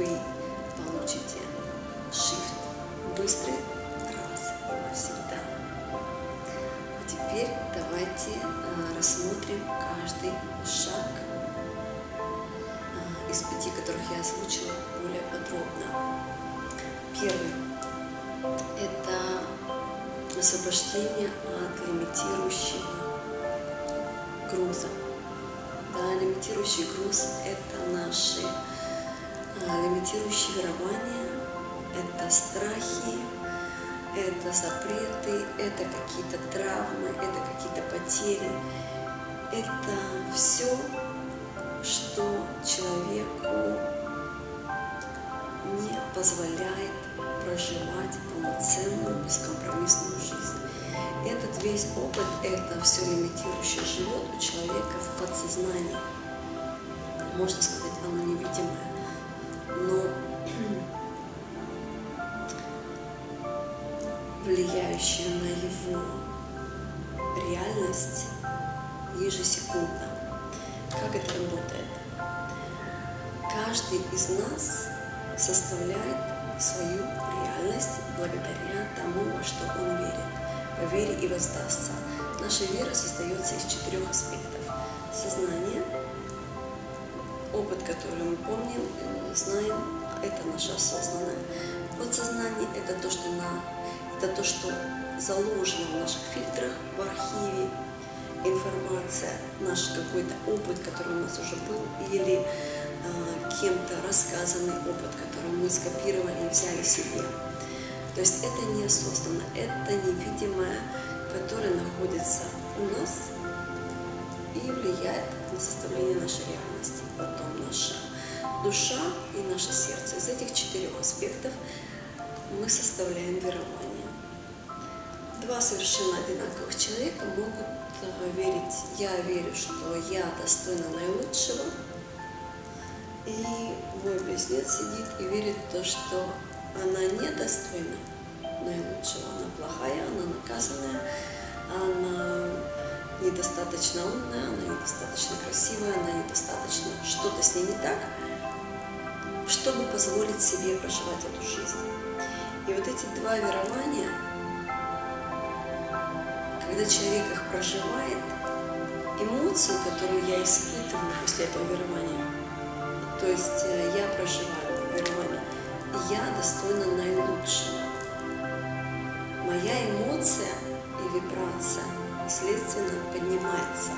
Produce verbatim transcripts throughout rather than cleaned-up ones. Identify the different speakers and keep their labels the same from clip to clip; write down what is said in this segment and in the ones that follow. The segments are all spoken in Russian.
Speaker 1: вы получите shift быстрый раз и навсегда. А теперь давайте рассмотрим каждый шаг из пяти, которых я озвучила более подробно. Первый – это освобождение от лимитирующего груза. Да, лимитирующий груз – это наши а, лимитирующие верования, это страхи, это запреты, это какие-то травмы, это какие-то потери. Это все, что человеку не позволяет проживать полноценную, бескомпромиссную жизнь. Этот весь опыт, это все лимитирующее живет у человека в подсознании. Можно сказать, оно невидимое, но влияющее на его реальность ежесекундно. Как это работает? Каждый из нас составляет свою реальность благодаря тому, во что он верит. По вере и воздастся. Наша вера создается из четырех аспектов. Сознание, опыт, который мы помним, знаем, это наше осознанное. Подсознание – это то, что, на, это то, что заложено в наших фильтрах, в архиве. Информация, наш какой-то опыт, который у нас уже был, или э, кем-то рассказанный опыт, который мы скопировали и взяли себе. То есть это неосознанно, это невидимое, которое находится у нас и влияет на составление нашей реальности. Потом наша душа и наше сердце. Из этих четырех аспектов мы составляем верование. Два совершенно одинаковых человека могут верить: я верю, что я достойна наилучшего, и мой близнец сидит и верит в то, что она недостойна наилучшего, она плохая, она наказанная, она недостаточно умная, она недостаточно красивая, она недостаточно, что-то с ней не так, чтобы позволить себе проживать эту жизнь. И вот эти два верования, когда человек их проживает, эмоцию, которую я испытываю после этого верования, то есть я проживаю верование, я достойна наилучшего. Моя эмоция и вибрация, следственно, поднимается.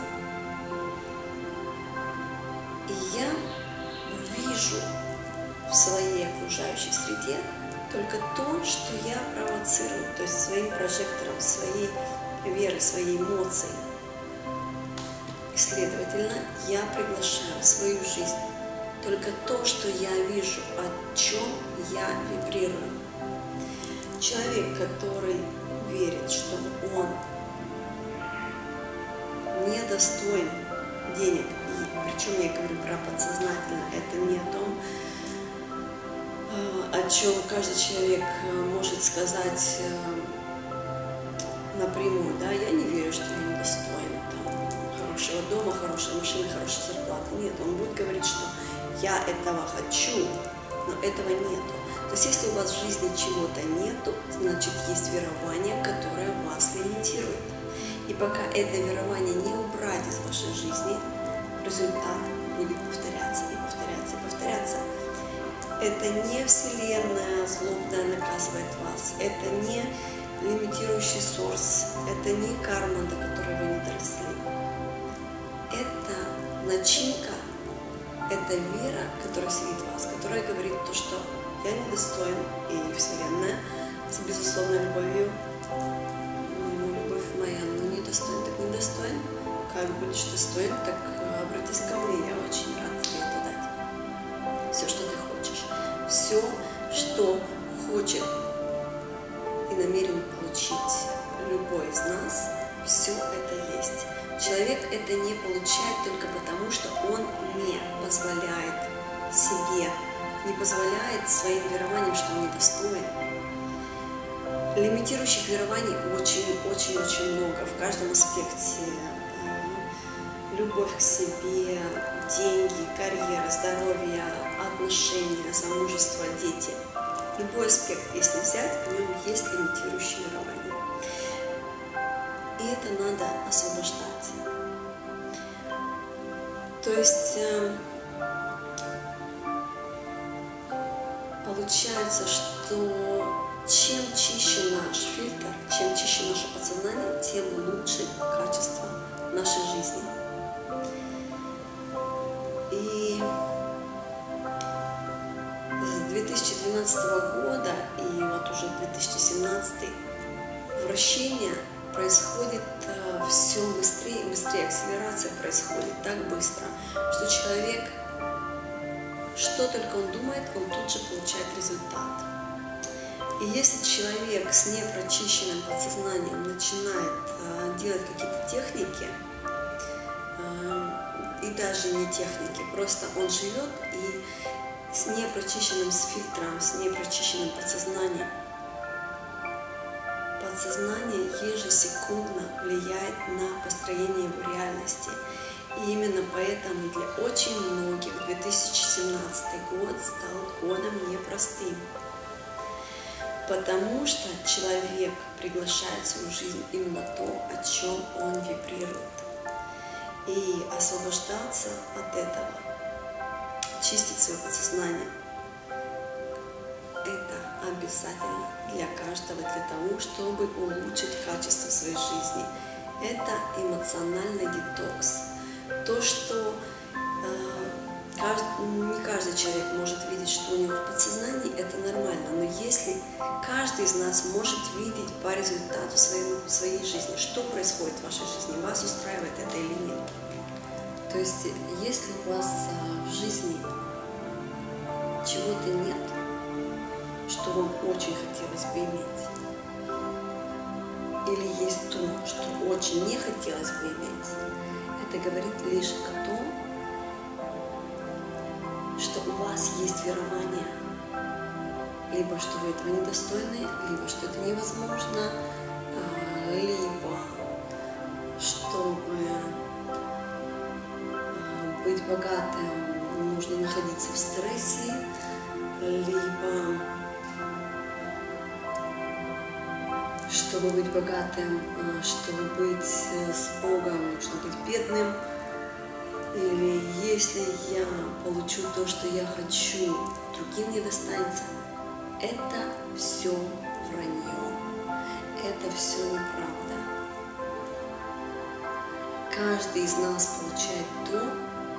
Speaker 1: И я вижу в своей окружающей среде только то, что я провоцирую, то есть своим прожектором, своей веры, своей эмоцией. И, следовательно, я приглашаю в свою жизнь только то, что я вижу, о чем я вибрирую. Человек, который верит, что он недостоин денег, и причем я говорю про подсознательно, это не о том, о чем каждый человек может сказать напрямую, да, я не верю, что я недостоин там, хорошего дома, хорошей машины, хорошей зарплаты. Нет, он будет говорить, что я этого хочу, но этого нету. То есть если у вас в жизни чего-то нету, значит есть верование, которое вас лимитирует. И пока это верование не убрать из вашей жизни, результат будет повторяться и повторяться и повторяться. Это не вселенная злобная наказывает вас, это не лимитирующий сорс, это не карма, до которой вы не доросли. Это начинка, это вера, которая сидит в вас, которая говорит то, что я недостоин, и Вселенная с безусловной любовью, ну, любовь моя, ну недостоин, так недостоин, как будешь достоин, так обратись ко мне, я очень рад тебе это дать. Все, что ты хочешь, все, что хочет и намерен получить любой из нас, все это есть. Человек это не получает только потому, что он не позволяет себе, не позволяет своим верованиям, что он недостоин. Лимитирующих верований очень-очень-очень много в каждом аспекте. Любовь к себе, деньги, карьера, здоровье, отношения, замужество, дети. Любой аспект, если взять, в нем есть лимитирующее мирование. И это надо освобождать. То есть получается, что чем чище наш фильтр, чем чище наше подсознание, тем лучше качество нашей жизни. И с две тысячи двенадцатого года и вот уже две тысячи семнадцатый вращение происходит все быстрее и быстрее, акселерация происходит так быстро, что человек, что только он думает, он тут же получает результат. И если человек с непрочищенным подсознанием начинает делать какие-то техники, и даже не техники, просто он живет и с непрочищенным с фильтром, с непрочищенным подсознанием, подсознание ежесекундно влияет на построение его реальности. И именно поэтому для очень многих две тысячи семнадцатый год стал годом непростым. Потому что человек приглашает в свою жизнь именно то, о чем он вибрирует. И освобождаться от этого, чистить свое подсознание, это обязательно для каждого, для того, чтобы улучшить качество своей жизни. Это эмоциональный детокс. То, что э, каждый, не каждый человек может видеть, что у него в подсознании, это нормально. Но если каждый из нас может видеть по результату своей, своей жизни, что происходит в вашей жизни, вас устраивает это или нет. То есть, если у вас э, в жизни чего-то нет, что вам очень хотелось бы иметь, или есть то, что очень не хотелось бы иметь, это говорит лишь о том, что у вас есть верование, либо что вы этого недостойны, либо что это невозможно, либо чтобы быть богатым, нужно находиться в стрессе, либо чтобы быть богатым, чтобы быть с Богом, нужно быть бедным. Или если я получу то, что я хочу, другим не достанется. Это все вранье. Это все неправда. Каждый из нас получает то,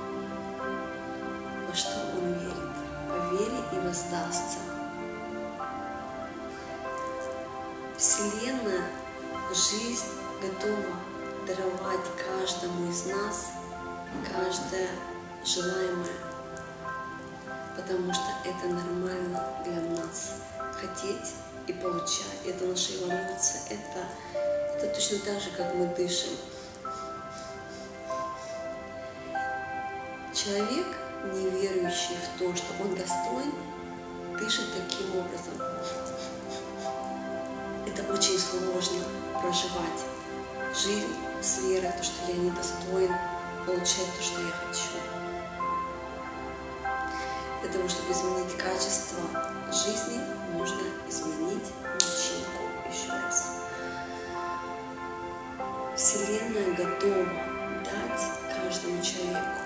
Speaker 1: во что он верит. По вере и воздастся. Вселенная, жизнь готова даровать каждому из нас каждое желаемое, потому что это нормально для нас хотеть и получать. Это наша эволюция, это, это точно так же, как мы дышим. Человек, не верующий в то, что он достоин, дышит таким образом. Это очень сложно проживать жизнь с верой, то, что я недостоин получать то, что я хочу. Для того, чтобы изменить качество жизни, нужно изменить начинку. Еще раз. Вселенная готова дать каждому человеку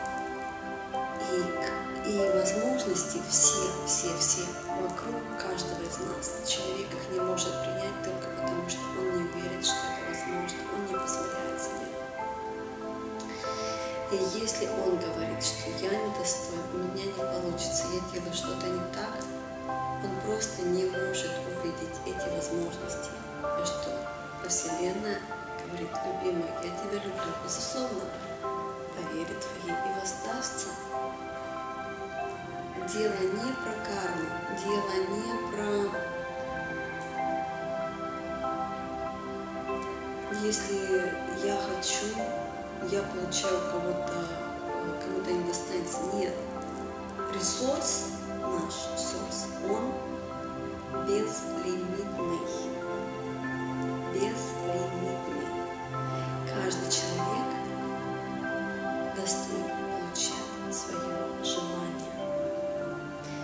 Speaker 1: и, и возможности все, все, все вокруг каждого из нас. Человек их не может принять только потому, что он не верит, что это возможно, он не позволяет себе. И если он говорит, что я недостоин, у меня не получится, я делаю что-то не так, он просто не может увидеть эти возможности. И что Вселенная говорит: любимый, я тебя люблю, безусловно, по вере твоей и воздастся. Дело не про карму, дело не про... Если я хочу, я получаю кого-то, кому-то не достанется. Нет. Ресурс, наш ресурс, он безлимитный. Безлимитный. Каждый человек достоин получать свое желание.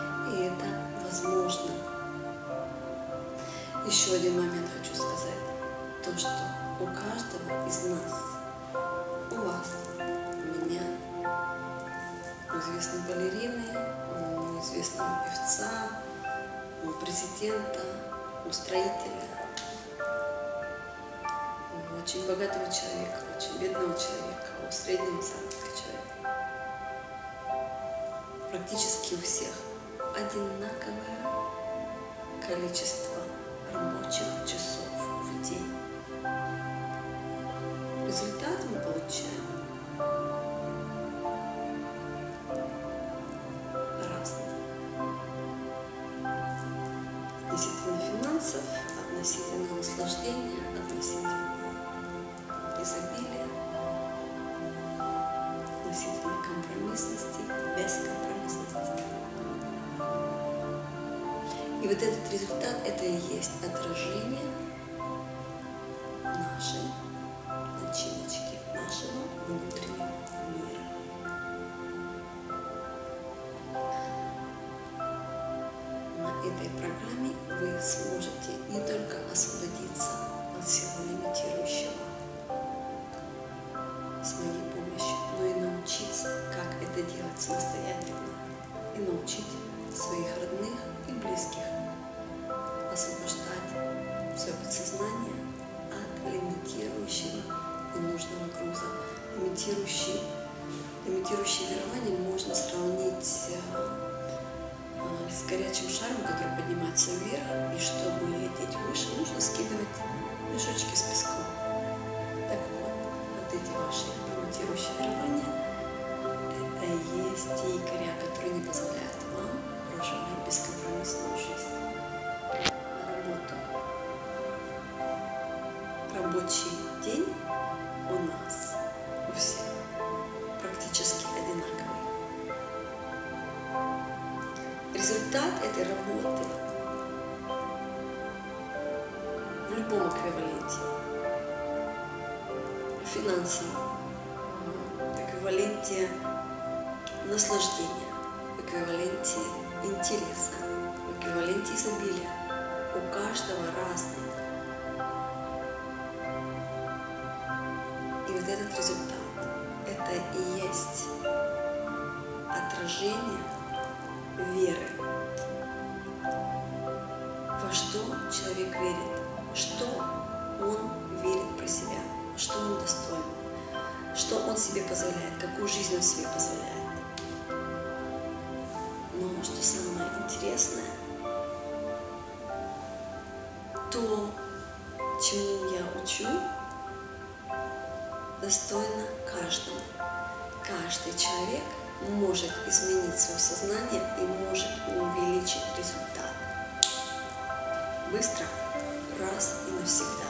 Speaker 1: Еще один момент хочу сказать. То, что у каждого из нас, у вас, у меня, у известной балерины, у известного певца, у президента, у строителя, у очень богатого человека, у очень бедного человека, у среднего заработка человека. Практически у всех одинаковое количество рабочих часов в день. Результат мы получаем разный. Относительно финансов, относительно наслаждения, относительно изобилия, относительно компромиссности, бескомпромиссности. И вот этот результат – это и есть отражение нашей начиночки, нашего внутреннего мира. На этой программе вы сможете не только освободиться от всего лимитирующего с моей помощью, но и научиться, как это делать самостоятельно, и научить своих родных и близких освобождать свое подсознание от лимитирующего ненужного груза. Лимитирующий, лимитирующее верование можно сравнить с горячим шаром, который поднимается вверх, и чтобы лететь выше, нужно скидывать мешочки с песком. Так вот, вот эти ваши лимитирующие верования – это и есть те якоря, которые не позволяют вам проживать бескомпромиссную жизнь. Работу. Рабочий день у нас, у всех, практически одинаковый. Результат этой работы в любом эквиваленте, в финансовом, в эквиваленте наслаждения, в эквиваленте интереса, в эквиваленте изобилия, у каждого разный. И вот этот результат – это и есть отражение веры. Во что человек верит, что он верит про себя, что он достоин, что он себе позволяет, какую жизнь он себе позволяет. Но что самое интересное, то, чему я учу, достойно каждому. Каждый человек может изменить свое сознание и может увеличить результат. Быстро, раз и навсегда.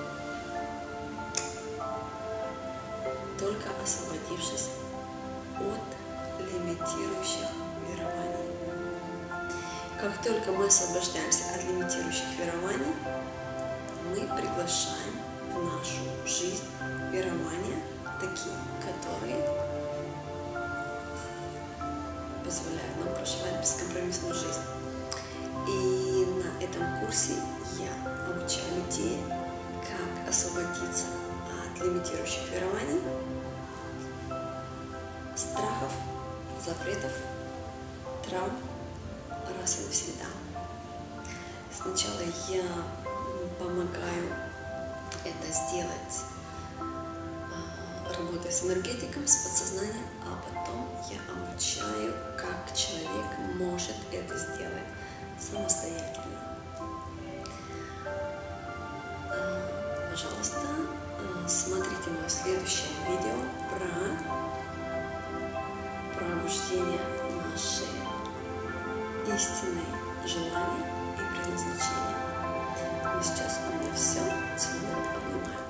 Speaker 1: Только освободившись от лимитирующих верований. Как только мы освобождаемся от лимитирующих верований, мы приглашаем в нашу жизнь верования такие, которые позволяют нам проживать бескомпромиссную жизнь. И на этом курсе я обучаю людей, как освободиться от лимитирующих верований, страхов, запретов, травм раз и навсегда. Сначала я помогаю это сделать, работая с энергетиком, с подсознанием, а потом я обучаю, как человек может это сделать самостоятельно. Пожалуйста, смотрите мое следующее видео про пробуждение нашей истинной желания и предназначения. Но сейчас у меня все. Целую, обнимаю.